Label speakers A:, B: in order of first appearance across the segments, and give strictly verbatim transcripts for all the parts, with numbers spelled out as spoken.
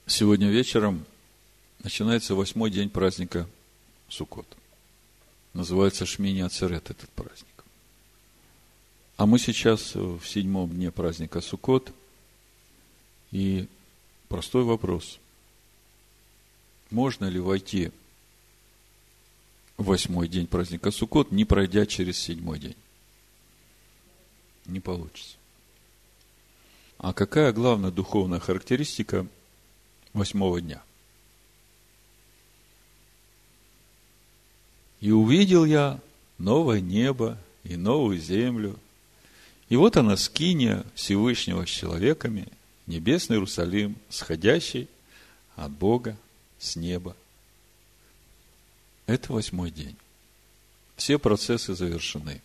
A: Сегодня вечером начинается восьмой день праздника Суккот. Называется Шмини Ацерет этот праздник. А мы сейчас в седьмом дне праздника Суккот. И простой вопрос. Можно ли войти в восьмой день праздника Суккот, не пройдя через седьмой день? Не получится. А какая главная духовная характеристика восьмого дня? «И увидел я новое небо и новую землю, и вот она скиния Всевышнего с человеками, небесный Иерусалим, сходящий от Бога с неба». Это восьмой день. Все процессы завершены.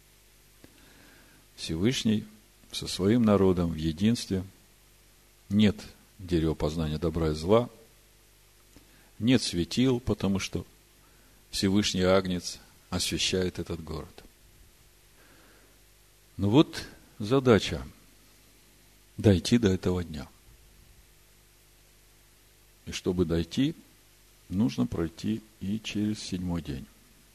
A: Всевышний со своим народом в единстве. Нет дерева познания добра и зла. Нет светил, потому что Всевышний Агнец освящает этот город. Ну вот задача – дойти до этого дня. И чтобы дойти, нужно пройти и через седьмой день.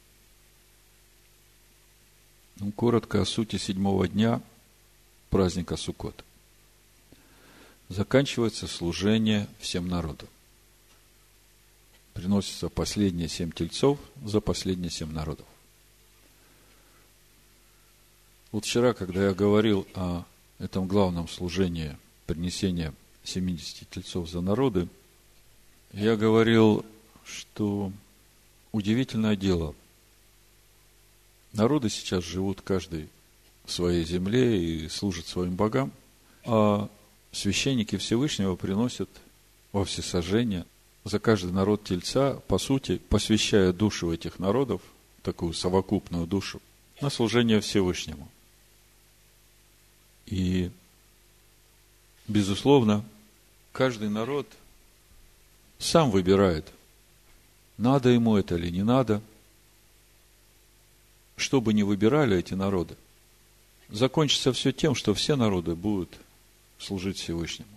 A: Ну, коротко о сути седьмого дня праздника Суккот. Заканчивается служение всем народу. Приносятся последние семь тельцов за последние семь народов. Вот вчера, когда я говорил о этом главном служении принесения семидесяти тельцов за народы, я говорил, что удивительное дело. Народы сейчас живут каждый в своей земле и служат своим богам, а священники Всевышнего приносят во всесожжение за каждый народ тельца, по сути, посвящая душу этих народов, такую совокупную душу, на служение Всевышнему. И, безусловно, каждый народ сам выбирает, надо ему это или не надо. Что бы ни выбирали эти народы, закончится все тем, что все народы будут служить Всевышнему.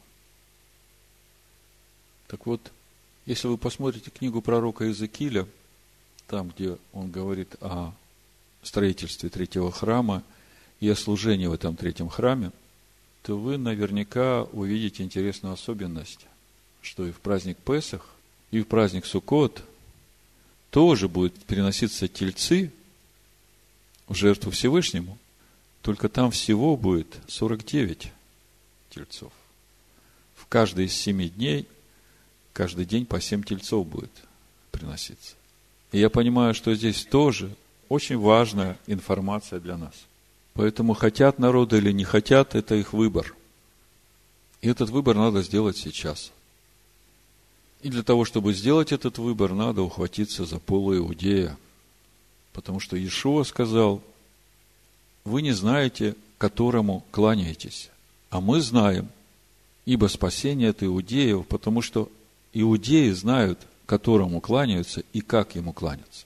A: Так вот, если вы посмотрите книгу пророка Иезекииля, там, где он говорит о строительстве третьего храма и о служении в этом третьем храме, то вы наверняка увидите интересную особенность, что и в праздник Песах, и в праздник Суккот тоже будут переноситься тельцы в жертву Всевышнему, только там всего будет сорок девять тельцов. В каждый из семи дней, каждый день по семь тельцов будет приноситься. И я понимаю, что здесь тоже очень важная информация для нас. Поэтому хотят народы или не хотят, это их выбор. И этот выбор надо сделать сейчас. И для того, чтобы сделать этот выбор, надо ухватиться за полу Иудея. Потому что Иешуа сказал: вы не знаете, которому кланяетесь, а мы знаем, ибо спасение от иудеев, потому что иудеи знают, которому кланяются и как ему кланяться.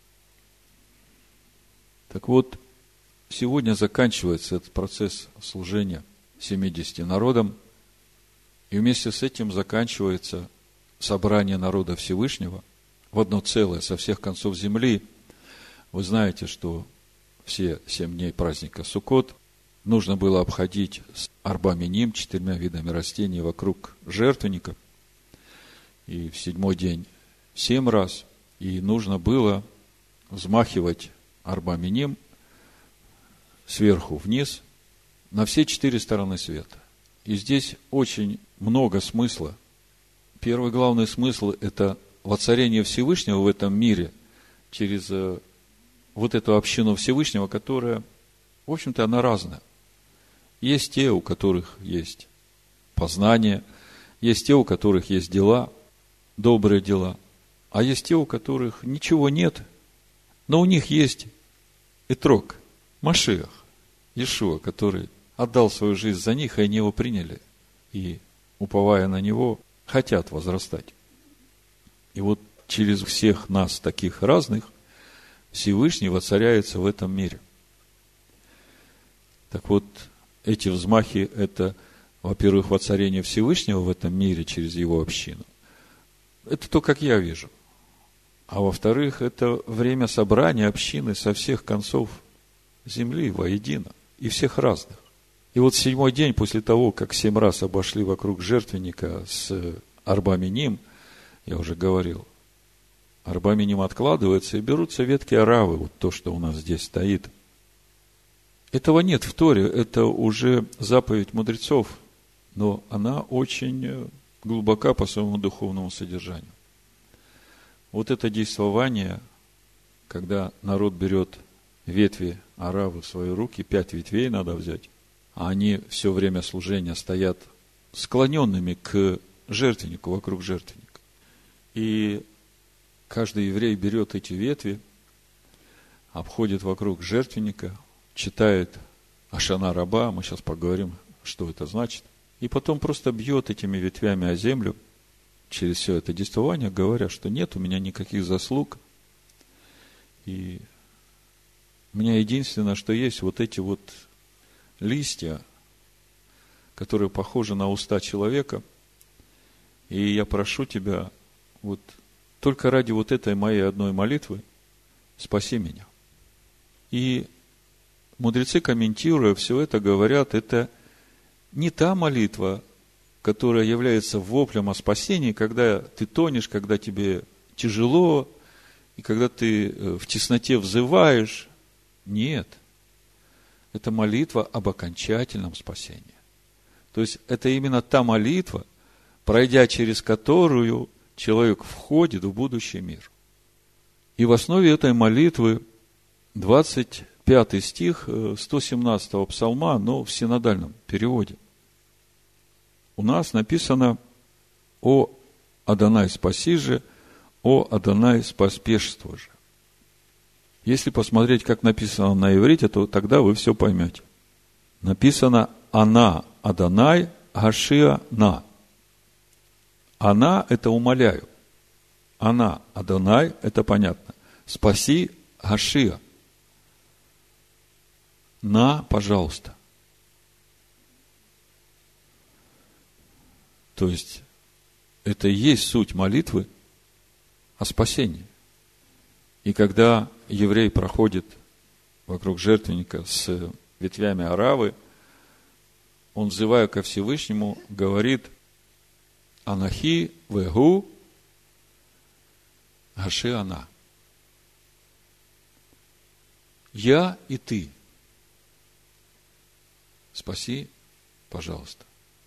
A: Так вот, сегодня заканчивается этот процесс служения семидесяти народам, и вместе с этим заканчивается собрание народа Всевышнего в одно целое со всех концов земли. Вы знаете, что все семь дней праздника Суккот нужно было обходить с арба миним, четырьмя видами растений вокруг жертвенника. И в седьмой день семь раз. И нужно было взмахивать арба миним сверху вниз на все четыре стороны света. И здесь очень много смысла. Первый главный смысл – это воцарение Всевышнего в этом мире через вот эту общину Всевышнего, которая, в общем-то, она разная. Есть те, у которых есть познание, есть те, у которых есть дела, добрые дела, а есть те, у которых ничего нет, но у них есть Этрог, Машиах, Иешуа, который отдал свою жизнь за них, и они его приняли, и, уповая на него, хотят возрастать. И вот через всех нас, таких разных, Всевышний воцаряется в этом мире. Так вот, эти взмахи – это во-первых, воцарение Всевышнего в этом мире через его общину. Это то, как я вижу. А во-вторых, это время собрания общины со всех концов земли воедино, и всех разных. И вот седьмой день после того, как семь раз обошли вокруг жертвенника с арба-миним, я уже говорил, арба-миним откладывается, и берутся ветки аравы, вот то, что у нас здесь стоит. Этого нет в Торе, это уже заповедь мудрецов, но она очень глубока по своему духовному содержанию. Вот это действование, когда народ берет ветви аравы в свои руки, пять ветвей надо взять, а они все время служения стоят склоненными к жертвеннику, вокруг жертвенника. И каждый еврей берет эти ветви, обходит вокруг жертвенника, читает Ашана Раба, мы сейчас поговорим, что это значит, и потом просто бьет этими ветвями о землю через все это действование, говоря, что нет у меня никаких заслуг, и у меня единственное, что есть, вот эти вот листья, которые похожи на уста человека, и я прошу тебя, вот только ради вот этой моей одной молитвы спаси меня. И мудрецы, комментируя все это, говорят, это не та молитва, которая является воплем о спасении, когда ты тонешь, когда тебе тяжело, и когда ты в тесноте взываешь. Нет. Это молитва об окончательном спасении. То есть, это именно та молитва, пройдя через которую человек входит в будущий мир. И в основе этой молитвы двадцать пятый стих сто семнадцатого псалма, но в синодальном переводе. У нас написано: «О Адонай, спаси же, о Адонай, поспешствуй же». Если посмотреть, как написано на иврите, то тогда вы все поймете. Написано «Ана Адонай Гашиа на». «Она» – это умоляю. «Ана Адонай» – это понятно. «Спаси Гашиа». «На, пожалуйста». То есть, это и есть суть молитвы о спасении. И когда еврей проходит вокруг жертвенника с ветвями аравы, он, взывая ко Всевышнему, говорит: «Анахи вегу гаши ана». Я и ты. Спаси, пожалуйста.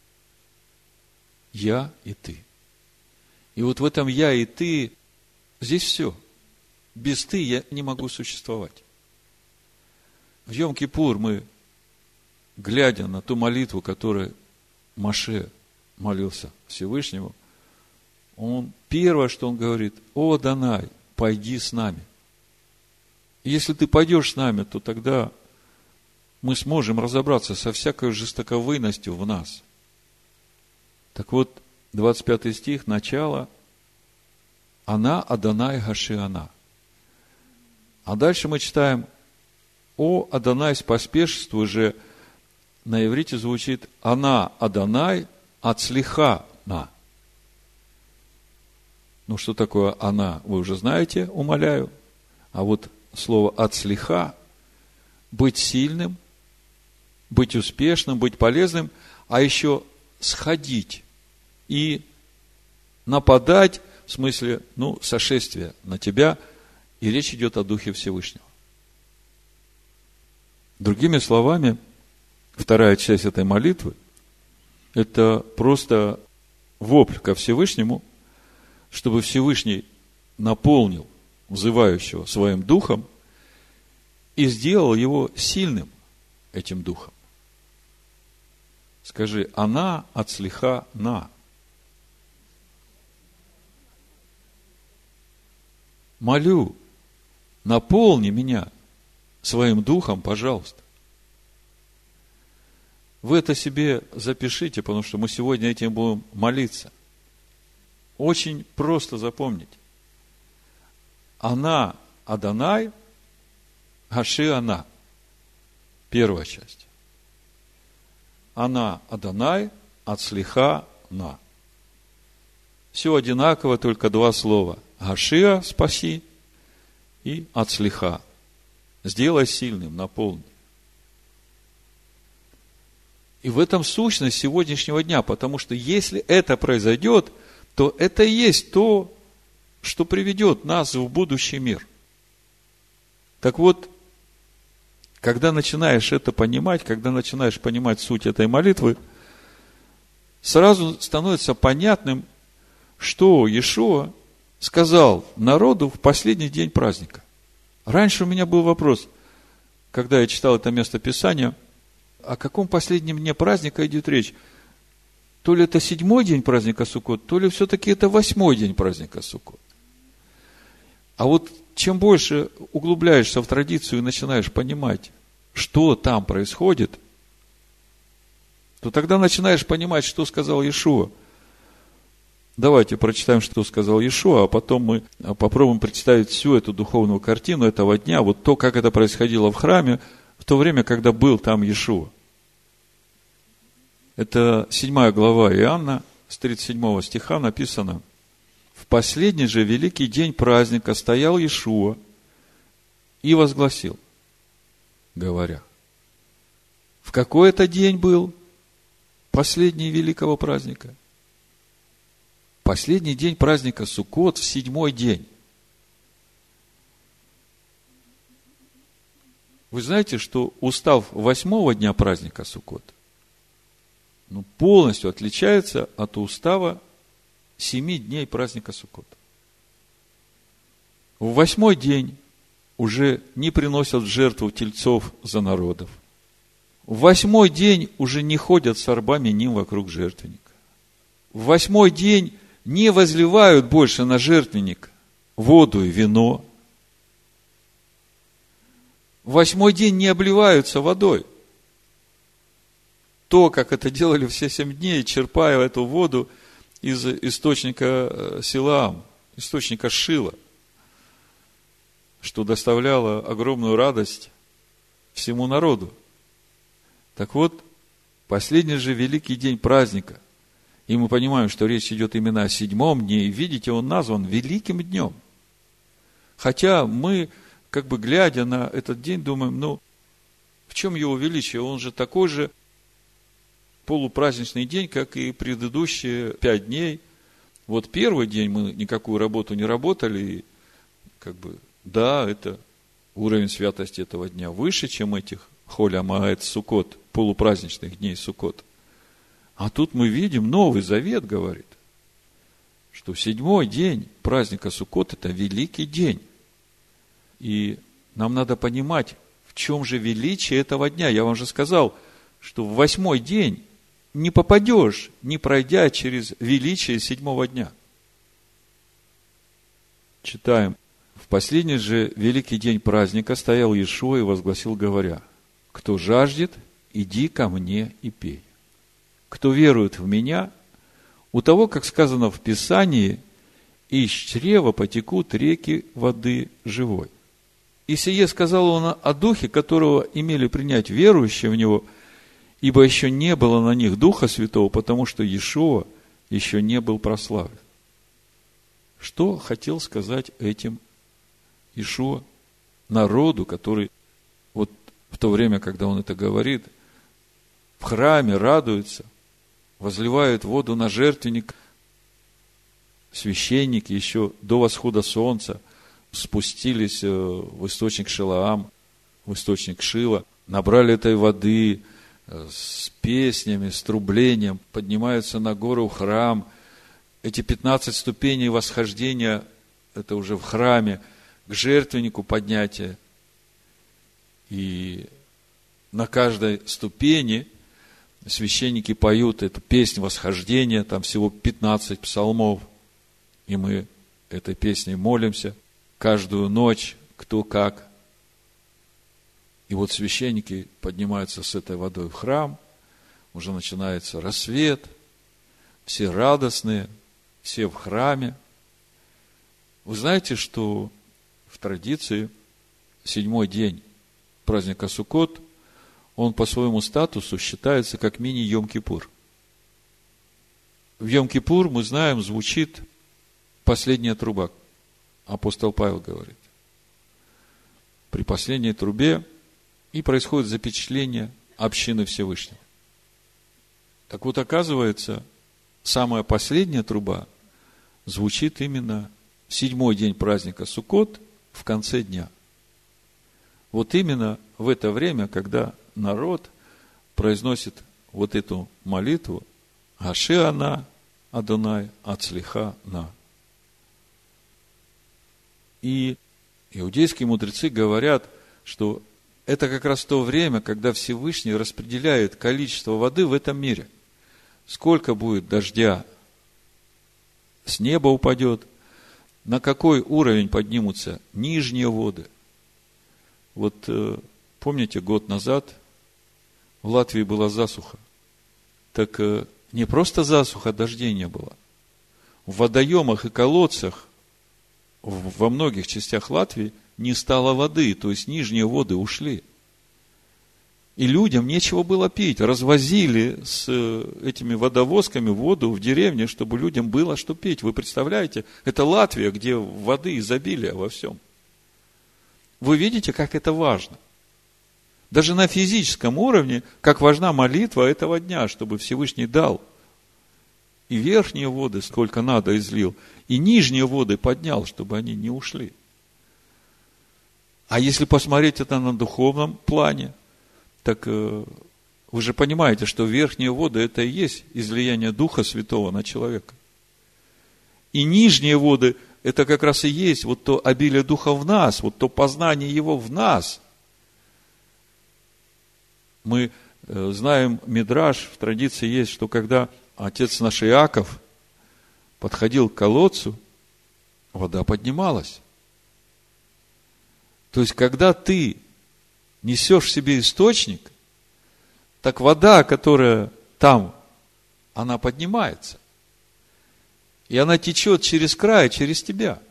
A: Я и ты. И вот в этом я и ты, здесь все. Без ты я не могу существовать. В Йом-Кипур мы, глядя на ту молитву, которую Моше молился Всевышнему, он первое, что он говорит: «О, Адонай, пойди с нами». И если ты пойдешь с нами, то тогда мы сможем разобраться со всякой жестоковыйностью в нас. Так вот, двадцать пятый стих, начало: «Ана Адонай Гаши ана». А дальше мы читаем: «О Адонай, поспешствуй же». На иврите звучит: «Ана Адонай ацлиха на». Ну, что такое «она», вы уже знаете, умоляю. А вот слово «ацлиха» – быть сильным, быть успешным, быть полезным, а еще сходить и нападать, в смысле, ну, сошествия на тебя, и речь идет о Духе Всевышнего. Другими словами, вторая часть этой молитвы – это просто вопль ко Всевышнему, чтобы Всевышний наполнил взывающего своим духом и сделал его сильным этим духом. Скажи: «Она ацлиха на». Молю, наполни меня своим духом, пожалуйста. Вы это себе запишите, потому что мы сегодня этим будем молиться. Очень просто запомнить. Она Адонай Гаши ана. Первая часть. Она Адонай ацлиха на. Все одинаково, только два слова. Гашиа – спаси, и ацлиха – сделай сильным, наполни. И в этом сущность сегодняшнего дня, потому что если это произойдет, то это и есть то, что приведет нас в будущий мир. Так вот, когда начинаешь это понимать, когда начинаешь понимать суть этой молитвы, сразу становится понятным, что Иешуа сказал народу в последний день праздника. Раньше у меня был вопрос, когда я читал это место Писания, о каком последнем дне праздника идет речь? То ли это седьмой день праздника Суккот, то ли все-таки это восьмой день праздника Суккот. А вот чем больше углубляешься в традицию и начинаешь понимать, что там происходит, то тогда начинаешь понимать, что сказал Иешуа. Давайте прочитаем, что сказал Иешуа, а потом мы попробуем представить всю эту духовную картину этого дня, вот то, как это происходило в храме, в то время, когда был там Иешуа. Это седьмая глава Иоанна, с тридцать седьмого стиха написано: «В последний же великий день праздника стоял Иешуа и возгласил, говоря». В какой это день был последний великого праздника? Последний день праздника Суккот в седьмой день. Вы знаете, что устав восьмого дня праздника Суккот ну, полностью отличается от устава семи дней праздника Суккот. В восьмой день уже не приносят в жертву тельцов за народов. В восьмой день уже не ходят с арбами ним вокруг жертвенника. В восьмой день не возливают больше на жертвенник воду и вино. В восьмой день не обливаются водой. То, как это делали все семь дней, черпая эту воду из источника Силаам, источника Шила, что доставляло огромную радость всему народу. Так вот, последний же великий день праздника, и мы понимаем, что речь идет именно о седьмом дне, и видите, он назван великим днем. Хотя мы, как бы глядя на этот день, думаем, ну, в чем его величие? Он же такой же полупраздничный день, как и предыдущие пять дней. Вот первый день мы никакую работу не работали, и как бы, да, это уровень святости этого дня выше, чем этих Холя Маэт Суккот, полупраздничных дней Суккот. А тут мы видим, Новый Завет говорит, что седьмой день праздника Суккот – это великий день. И нам надо понимать, в чем же величие этого дня. Я вам же сказал, что в восьмой день не попадешь, не пройдя через величие седьмого дня. Читаем. В последний же великий день праздника стоял Иешуа и возгласил, говоря: кто жаждет, иди ко мне и пей. Кто верует в меня, у того, как сказано в Писании, из чрева потекут реки воды живой. И сие сказал он о духе, которого имели принять верующие в него, ибо еще не было на них Духа Святого, потому что Иешуа еще не был прославлен. Что хотел сказать этим Иешуа народу, который вот в то время, когда он это говорит, в храме радуется, возливает воду на жертвенник. Священники еще до восхода солнца спустились в источник Шилаам, в источник Шила, набрали этой воды с песнями, с трублением, поднимаются на гору в храм. Эти пятнадцать ступеней восхождения, это уже в храме, к жертвеннику поднятия. И на каждой ступени священники поют эту песню восхождения, там всего пятнадцать псалмов. И мы этой песней молимся каждую ночь, кто как. И вот священники поднимаются с этой водой в храм, уже начинается рассвет, все радостные, все в храме. Вы знаете, что в традиции седьмой день праздника Суккот, он по своему статусу считается как мини-Йом-Кипур. в Йом-Кипур, мы знаем, звучит последняя труба. Апостол Павел говорит. При последней трубе и происходит запечатление общины Всевышнего. Так вот, оказывается, самая последняя труба звучит именно в седьмой день праздника Суккот, в конце дня. Вот именно в это время, когда народ произносит вот эту молитву «Ашиана Адонай Ацлиха На». И иудейские мудрецы говорят, что это как раз то время, когда Всевышний распределяет количество воды в этом мире. Сколько будет дождя с неба упадет, на какой уровень поднимутся нижние воды. Вот помните, год назад в Латвии была засуха. Так не просто засуха, дождей не было. В водоемах и колодцах во многих частях Латвии не стало воды, то есть нижние воды ушли. И людям нечего было пить. Развозили с этими водовозками воду в деревне, чтобы людям было что пить. Вы представляете, это Латвия, где воды изобилие во всем. Вы видите, как это важно. Даже на физическом уровне, как важна молитва этого дня, чтобы Всевышний дал. И верхние воды, сколько надо, излил, и нижние воды поднял, чтобы они не ушли. А если посмотреть это на духовном плане, так вы же понимаете, что верхние воды – это и есть излияние Духа Святого на человека. И нижние воды – это как раз и есть вот то обилие Духа в нас, вот то познание Его в нас. Мы знаем мидраш, в традиции есть, что когда отец наш Иаков подходил к колодцу, вода поднималась. То есть, когда ты несешь в себе источник, так вода, которая там, она поднимается. И она течет через край, через тебя.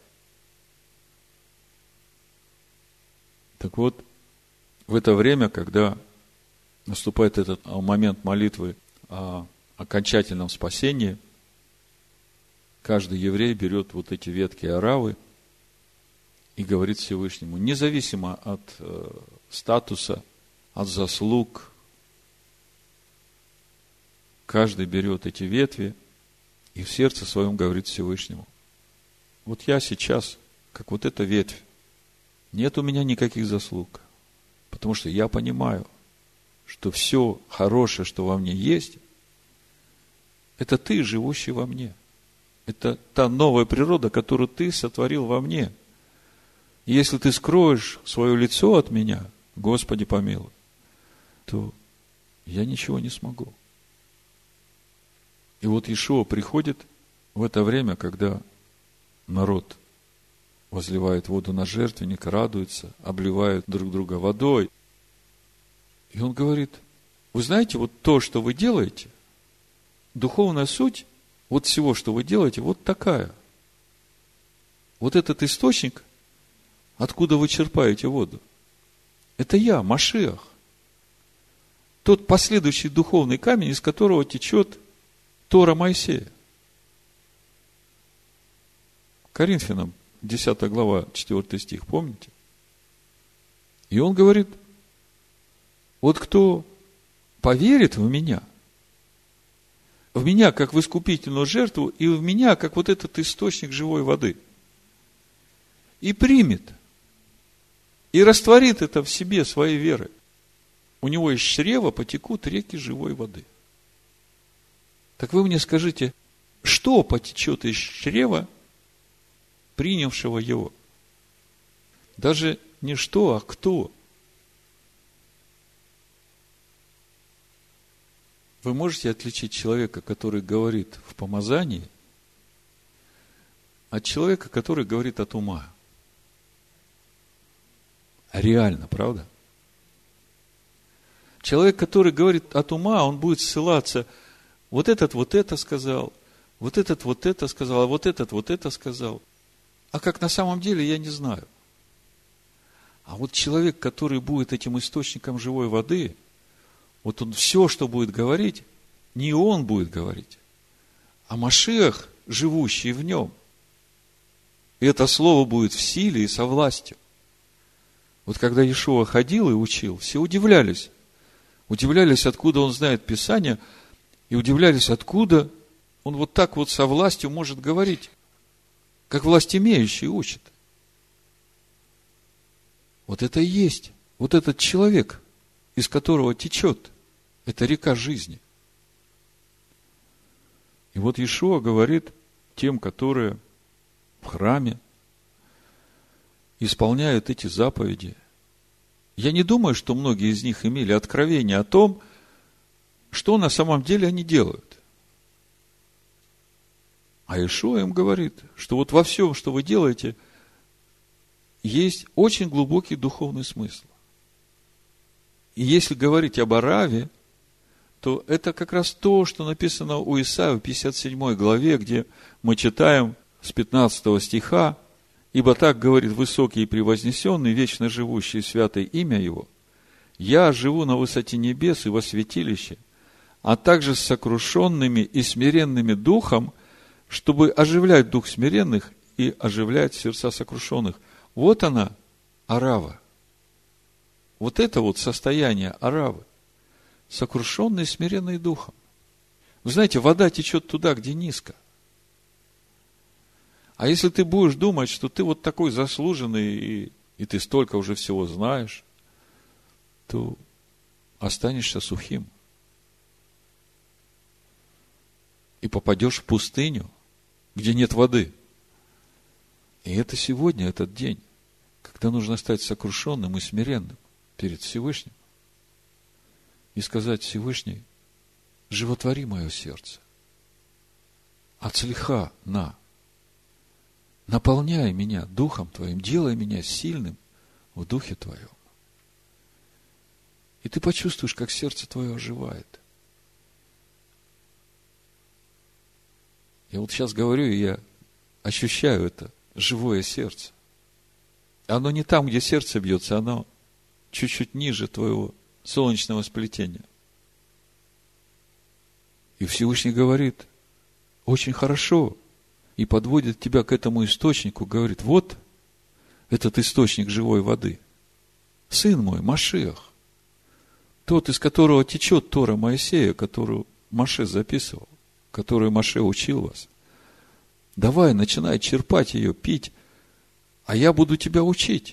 A: Так вот, в это время, когда наступает этот момент молитвы о окончательном спасении, каждый еврей берет вот эти ветки оравы и говорит Всевышнему, независимо от э, статуса, от заслуг, каждый берет эти ветви и в сердце своем говорит Всевышнему, вот я сейчас, как вот эта ветвь, нет у меня никаких заслуг, потому что я понимаю, что все хорошее, что во мне есть, это ты, живущий во мне. Это та новая природа, которую ты сотворил во мне. И если ты скроешь свое лицо от меня, Господи помилуй, то я ничего не смогу. И вот Иешуа приходит в это время, когда народ возливает воду на жертвенник, радуется, обливают друг друга водой. И он говорит, вы знаете, вот то, что вы делаете, духовная суть вот всего, что вы делаете, вот такая. Вот этот источник, откуда вы черпаете воду, это я, Машиах. Тот последующий духовный камень, из которого течет Тора Моисея. Коринфянам, десятая глава, четвёртый стих, помните? И он говорит, вот кто поверит в меня, в меня, как в искупительную жертву, и в меня, как вот этот источник живой воды, и примет, и растворит это в себе своей верой, у него из чрева потекут реки живой воды. Так вы мне скажите, что потечет из чрева, принявшего его? Даже не что, а кто? Вы можете отличить человека, который говорит в помазании, от человека, который говорит от ума? Реально, правда? Человек, который говорит от ума, он будет ссылаться, вот этот вот это сказал, вот этот вот это сказал, а вот этот вот это сказал. А как на самом деле, я не знаю. А вот человек, который будет этим источником живой воды, вот он все, что будет говорить, не он будет говорить, а Машиах, живущий в нем. И это слово будет в силе и со властью. Вот когда Иешуа ходил и учил, все удивлялись. Удивлялись, откуда он знает Писание, и удивлялись, откуда он вот так вот со властью может говорить, как власть имеющий учит. Вот это и есть, вот этот человек, из которого течет эта река жизни. И вот Иешуа говорит тем, которые в храме исполняют эти заповеди. Я не думаю, что многие из них имели откровение о том, что на самом деле они делают. А Иешуа им говорит, что вот во всем, что вы делаете, есть очень глубокий духовный смысл. И если говорить об Араве, то это как раз то, что написано у Исаии в пятьдесят седьмой главе, где мы читаем с пятнадцатого стиха: «Ибо так говорит высокий и превознесенный, вечно живущий, святое имя Его, я живу на высоте небес и во святилище, а также с сокрушенными и смиренными духом, чтобы оживлять дух смиренных и оживлять сердца сокрушенных». Вот она, Арава. Вот это вот состояние Аравы. Сокрушенный и смиренный духом. Вы знаете, вода течет туда, где низко. А если ты будешь думать, что ты вот такой заслуженный, и, и ты столько уже всего знаешь, то останешься сухим. И попадешь в пустыню, где нет воды. И это сегодня, этот день, когда нужно стать сокрушенным и смиренным перед Всевышним. И сказать: Всевышний, животвори мое сердце. Ацлиха на. Наполняй меня Духом Твоим, делай меня сильным в Духе Твоем. И ты почувствуешь, как сердце твое оживает. Я вот сейчас говорю, и я ощущаю это живое сердце. Оно не там, где сердце бьется, оно чуть-чуть ниже твоего солнечного сплетения. И Всевышний говорит: очень хорошо. И подводит тебя к этому источнику, говорит: вот этот источник живой воды. Сын мой, Машиах, тот, из которого течет Тора Моисея, которую Моше записывал, которую Моше учил вас. Давай, начинай черпать ее, пить, а я буду тебя учить.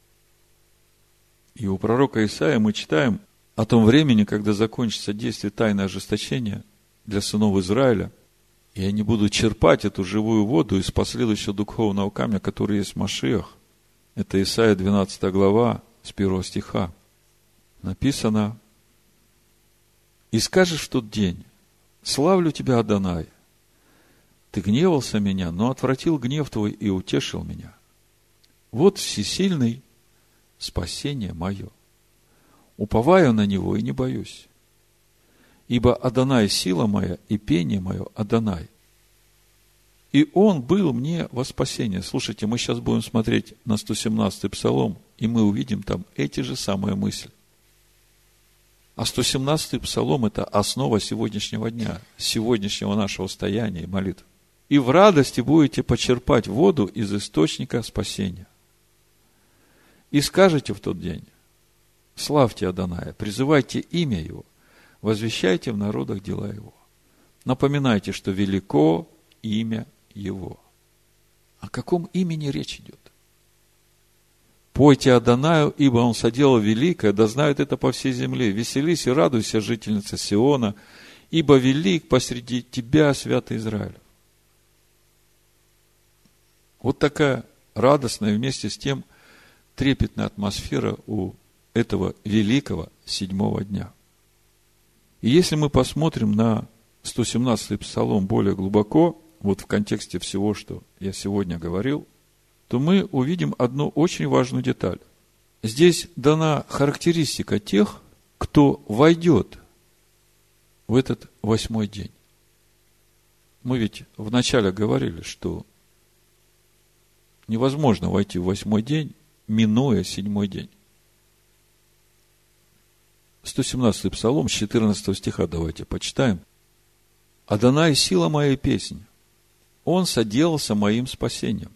A: И у пророка Исаии мы читаем о том времени, когда закончится действие тайны ожесточения для сынов Израиля, и они будут черпать эту живую воду из последующего духовного камня, который есть в Машиах. Это Исайя двенадцатая глава, с первого стиха. Написано: «И скажешь в тот день: славлю тебя, Адонай, ты гневался меня, но отвратил гнев твой и утешил меня. Вот всесильный спасение мое. Уповаю на него и не боюсь. Ибо Адонай сила моя и пение мое Адонай. И он был мне во спасение». Слушайте, мы сейчас будем смотреть на сто семнадцатый псалом, и мы увидим там эти же самые мысли. А сто семнадцатый псалом – это основа сегодняшнего дня, сегодняшнего нашего стояния и молитв. «И в радости будете почерпать воду из источника спасения. И скажете в тот день: славьте Адоная, призывайте имя Его, возвещайте в народах дела Его. Напоминайте, что велико имя Его». О каком имени речь идет? «Пойте Адонаю, ибо Он соделал великое, да знают это по всей земле. Веселись и радуйся, жительница Сиона, ибо велик посреди тебя, святый Израилев». Вот такая радостная, вместе с тем трепетная атмосфера у этого великого седьмого дня. И если мы посмотрим на сто семнадцатый псалом более глубоко, вот в контексте всего, что я сегодня говорил, то мы увидим одну очень важную деталь. Здесь дана характеристика тех, кто войдет в этот восьмой день. Мы ведь вначале говорили, что невозможно войти в восьмой день, минуя седьмой день. сто семнадцатый псалом, с четырнадцатого стиха давайте почитаем. Адонай – сила моей песни. Он соделался моим спасением.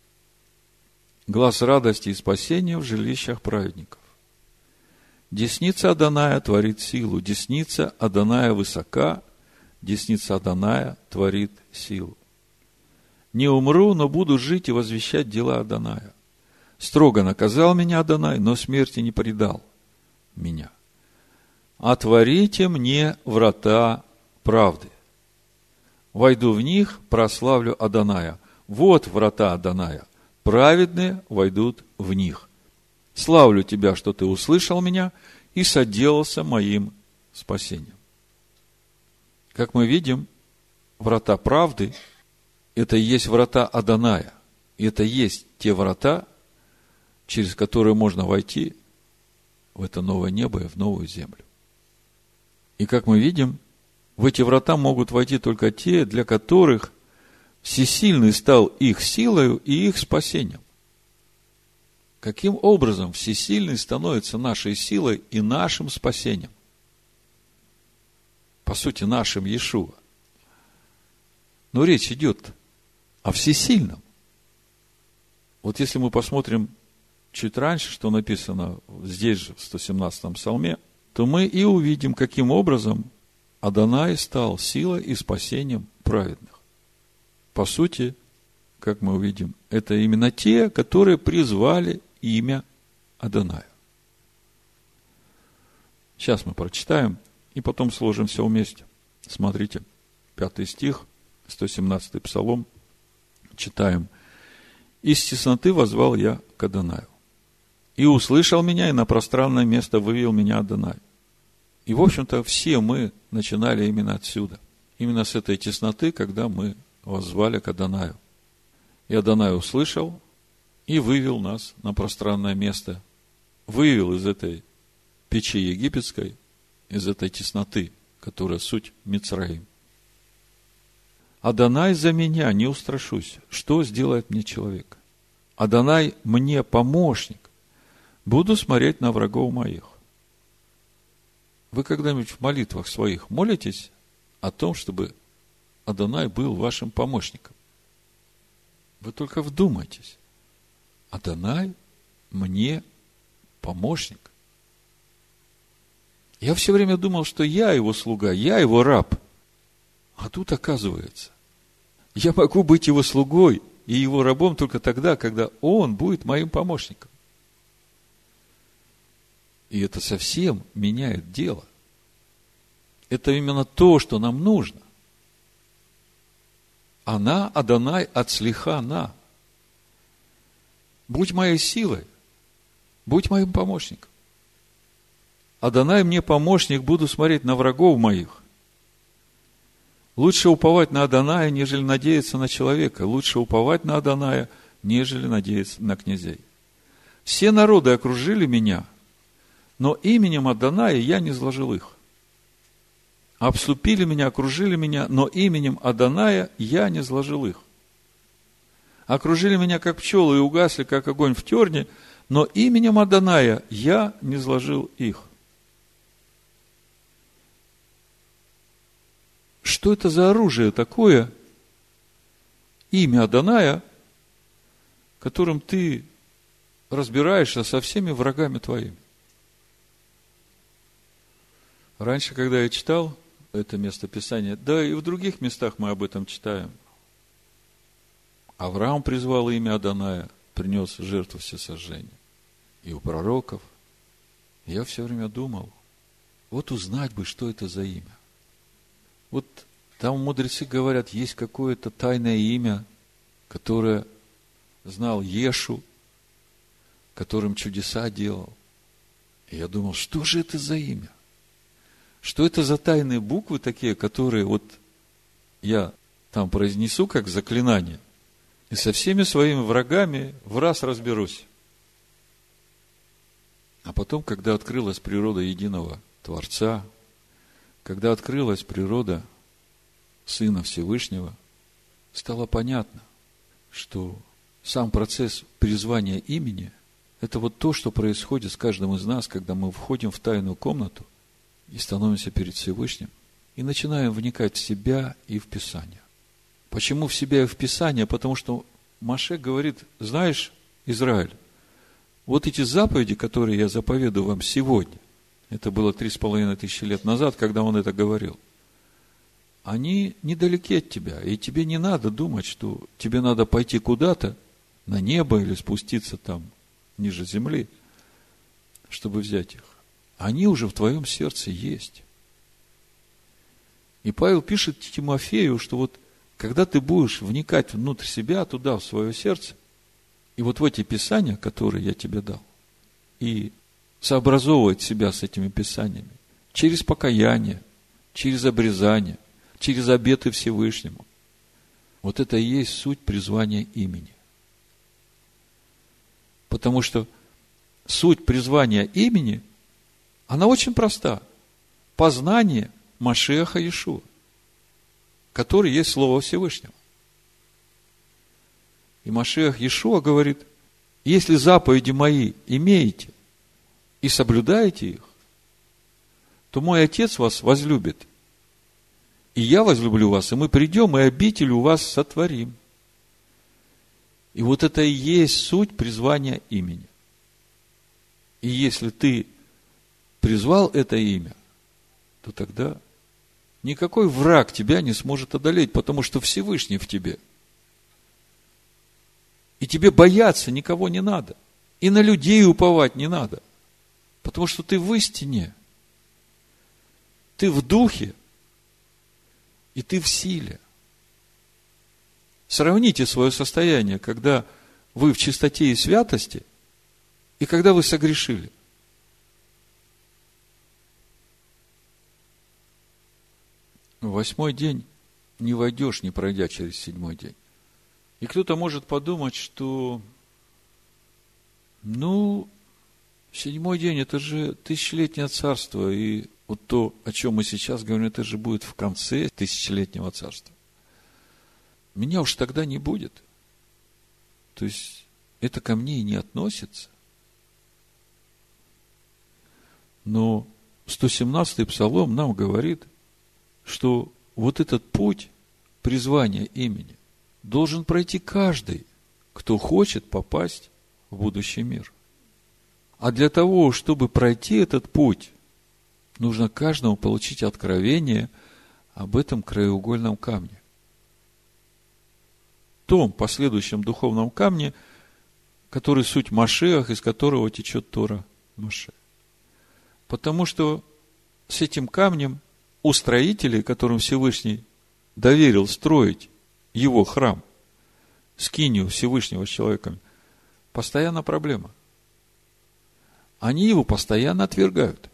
A: Глас радости и спасения в жилищах праведников. Десница Адоная творит силу. Десница Адоная высока. Десница Адоная творит силу. Не умру, но буду жить и возвещать дела Адоная. Строго наказал меня Адонай, но смерти не предал меня. Отворите мне врата правды. Войду в них, прославлю Адоная. Вот врата Адоная. Праведные войдут в них. Славлю тебя, что ты услышал меня и соделался моим спасением. Как мы видим, врата правды – это и есть врата Адоная. И это и есть те врата, через которые можно войти в это новое небо и в новую землю. И как мы видим, в эти врата могут войти только те, для которых Всесильный стал их силою и их спасением. Каким образом Всесильный становится нашей силой и нашим спасением? По сути, нашим Иешуа. Но речь идет о Всесильном. Вот если мы посмотрим чуть раньше, что написано здесь же, в сто семнадцатом псалме, то мы и увидим, каким образом Адонай стал силой и спасением праведных. По сути, как мы увидим, это именно те, которые призвали имя Адоная. Сейчас мы прочитаем и потом сложим все вместе. Смотрите, пятый стих, сто семнадцатый псалом, читаем. «Из тесноты воззвал я к Адонаю, и услышал меня, и на пространное место вывел меня Адонай». И, в общем-то, все мы начинали именно отсюда. Именно с этой тесноты, когда мы воззвали к Адонаю. И Адонай услышал и вывел нас на пространное место. Вывел из этой печи египетской, из этой тесноты, которая суть Мицраим. Адонай за меня, не устрашусь. Что сделает мне человек? Адонай мне помощник. Буду смотреть на врагов моих. Вы когда-нибудь в молитвах своих молитесь о том, чтобы Адонай был вашим помощником? Вы только вдумайтесь. Адонай мне помощник. Я все время думал, что я его слуга, я его раб. А тут оказывается, я могу быть его слугой и его рабом только тогда, когда он будет моим помощником. И это совсем меняет дело. Это именно то, что нам нужно. Она, Адонай, отслиха на. Будь моей силой, будь моим помощником. Адонай мне помощник, буду смотреть на врагов моих. Лучше уповать на Адоная, нежели надеяться на человека. Лучше уповать на Адоная, нежели надеяться на князей. Все народы окружили меня, но именем Адоная я не зложил их. Обступили меня, окружили меня, но именем Адоная я не зложил их. Окружили меня, как пчелы, и угасли, как огонь в терне, но именем Адоная я не зложил их. Что это за оружие такое, имя Адоная, которым ты разбираешься со всеми врагами твоими? Раньше, когда я читал это местописание, да и в других местах мы об этом читаем. Авраам призвал имя Адоная, принес жертву всесожжения. И у пророков. Я все время думал, вот узнать бы, что это за имя. Вот там мудрецы говорят, есть какое-то тайное имя, которое знал Ешу, которым чудеса делал. И я думал, что же это за имя? Что это за тайные буквы такие, которые вот я там произнесу как заклинание, и со всеми своими врагами в раз разберусь. А потом, когда открылась природа единого Творца, когда открылась природа Сына Всевышнего, стало понятно, что сам процесс призвания имени – это вот то, что происходит с каждым из нас, когда мы входим в тайную комнату и становимся перед Всевышним, и начинаем вникать в себя и в Писание. Почему в себя и в Писание? Потому что Моше говорит: знаешь, Израиль, вот эти заповеди, которые я заповедую вам сегодня, это было три с половиной тысячи лет назад, когда он это говорил, они недалеки от тебя, и тебе не надо думать, что тебе надо пойти куда-то на небо или спуститься там ниже земли, чтобы взять их. Они уже в твоем сердце есть. И Павел пишет Тимофею, что вот когда ты будешь вникать внутрь себя, туда, в свое сердце, и вот в эти писания, которые я тебе дал, и сообразовывать себя с этими писаниями через покаяние, через обрезание, через обеты Всевышнему, вот это и есть суть призвания имени. Потому что суть призвания имени, она очень проста. Познание Машиаха Иешуа, который есть Слово Всевышнего. И Машиах Иешуа говорит: если заповеди мои имеете и соблюдаете их, то мой Отец вас возлюбит, и я возлюблю вас, и мы придем, и обитель у вас сотворим. И вот это и есть суть призвания имени. И если ты призвал это имя, то тогда никакой враг тебя не сможет одолеть, потому что Всевышний в тебе. И тебе бояться никого не надо. И на людей уповать не надо. Потому что ты в истине. Ты в духе. И ты в силе. Сравните свое состояние, когда вы в чистоте и святости, и когда вы согрешили. В восьмой день не войдешь, не пройдя через седьмой день. И кто-то может подумать, что, ну, седьмой день, это же тысячелетнее царство, и вот то, о чем мы сейчас говорим, это же будет в конце тысячелетнего царства. Меня уж тогда не будет. То есть, это ко мне и не относится. Но сто семнадцатый Псалом нам говорит, что вот этот путь призвания имени должен пройти каждый, кто хочет попасть в будущий мир. А для того, чтобы пройти этот путь, нужно каждому получить откровение об этом краеугольном камне. Том последующем духовном камне, который суть Машиах, из которого течет Тора Моше. Потому что с этим камнем у строителей, которым Всевышний доверил строить его храм, скинию Всевышнего с человеком, постоянно проблема. Они его постоянно отвергают.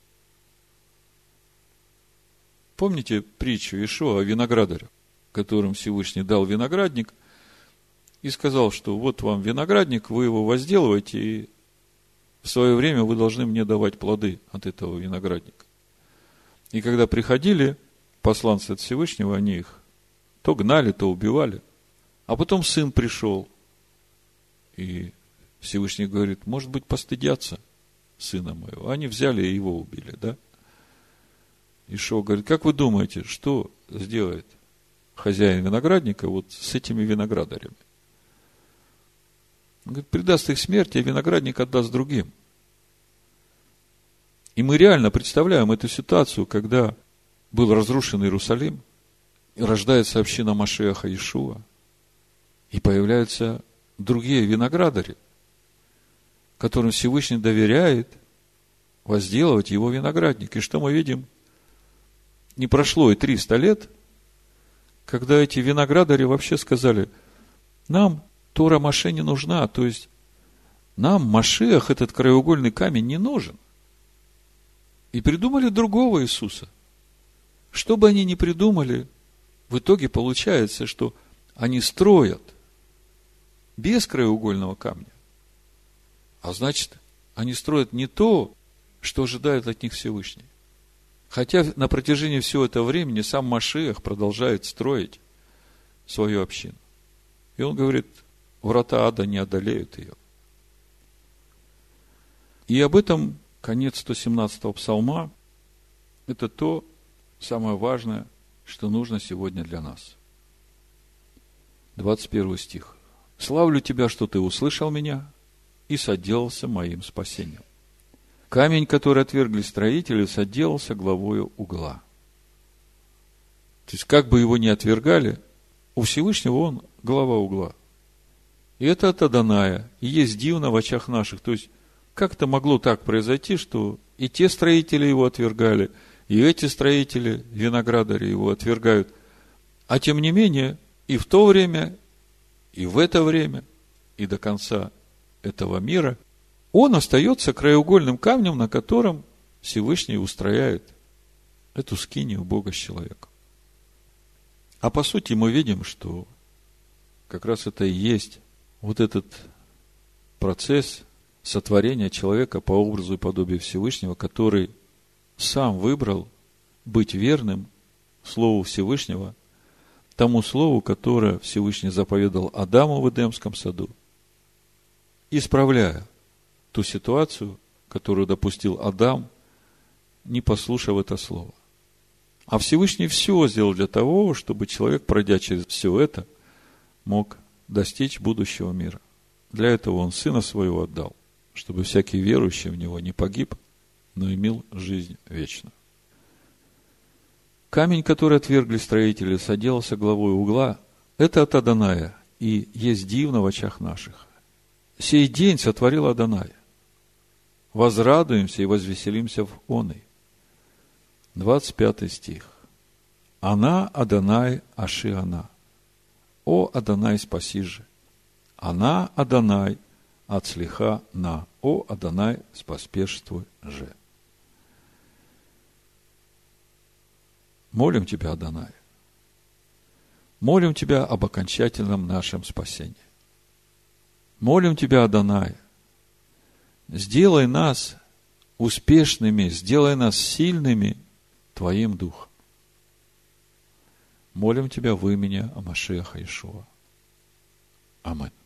A: Помните притчу Иешуа о виноградаре, которым Всевышний дал виноградник и сказал, что вот вам виноградник, вы его возделываете, и в свое время вы должны мне давать плоды от этого виноградника. И когда приходили посланцы от Всевышнего, они их то гнали, то убивали. А потом сын пришел, и Всевышний говорит: может быть, постыдятся сына моего. Они взяли и его убили, да? Иешуа говорит: как вы думаете, что сделает хозяин виноградника вот с этими виноградарями? Он говорит: предаст их смерти, а виноградник отдаст другим. И мы реально представляем эту ситуацию, когда был разрушен Иерусалим, и рождается община Машиаха Иешуа, и появляются другие виноградари, которым Всевышний доверяет возделывать его виноградник. И что мы видим? Не прошло и триста лет, когда эти виноградари вообще сказали: нам Тора Моше не нужна, то есть нам Машиах, этот краеугольный камень, не нужен. И придумали другого Иисуса. Что бы они ни придумали, в итоге получается, что они строят без краеугольного камня. А значит, они строят не то, что ожидает от них Всевышний. Хотя на протяжении всего этого времени сам Машиах продолжает строить свою общину. И он говорит: врата ада не одолеют ее. И об этом конец сто семнадцатого псалма – это то, самое важное, что нужно сегодня для нас. двадцать первый стих. «Славлю Тебя, что Ты услышал меня и соделался моим спасением. Камень, который отвергли строители, соделался главою угла». То есть, как бы его ни отвергали, у Всевышнего он глава угла. И это от Адоная, и есть дивно в очах наших. То есть, как это могло так произойти, что и те строители его отвергали, и эти строители, виноградари, его отвергают. А тем не менее, и в то время, и в это время, и до конца этого мира, он остается краеугольным камнем, на котором Всевышний устрояет эту скинию Бога с человеком. А по сути мы видим, что как раз это и есть вот этот процесс сотворения человека по образу и подобию Всевышнего, который сам выбрал быть верным Слову Всевышнего, тому Слову, которое Всевышний заповедал Адаму в Эдемском саду, исправляя ту ситуацию, которую допустил Адам, не послушав это Слово. А Всевышний все сделал для того, чтобы человек, пройдя через все это, мог достичь будущего мира. Для этого он Сына Своего отдал, чтобы всякий верующий в Него не погиб, но имел жизнь вечную. Камень, который отвергли строители, соделался главой угла, это от Адоная, и есть дивно в очах наших. Сей день сотворил Адонай. Возрадуемся и возвеселимся в оной. двадцать пятый стих. Она, Адонай, Аши она. О, Адонай, спаси же. Она, Адонай, отслиха на. О, Адонай, споспешствуй же. Молим Тебя, Адонай. Молим Тебя об окончательном нашем спасении. Молим Тебя, Адонай. Сделай нас успешными, сделай нас сильными Твоим Духом. Молим Тебя в имени Машиаха Иешуа. Аминь.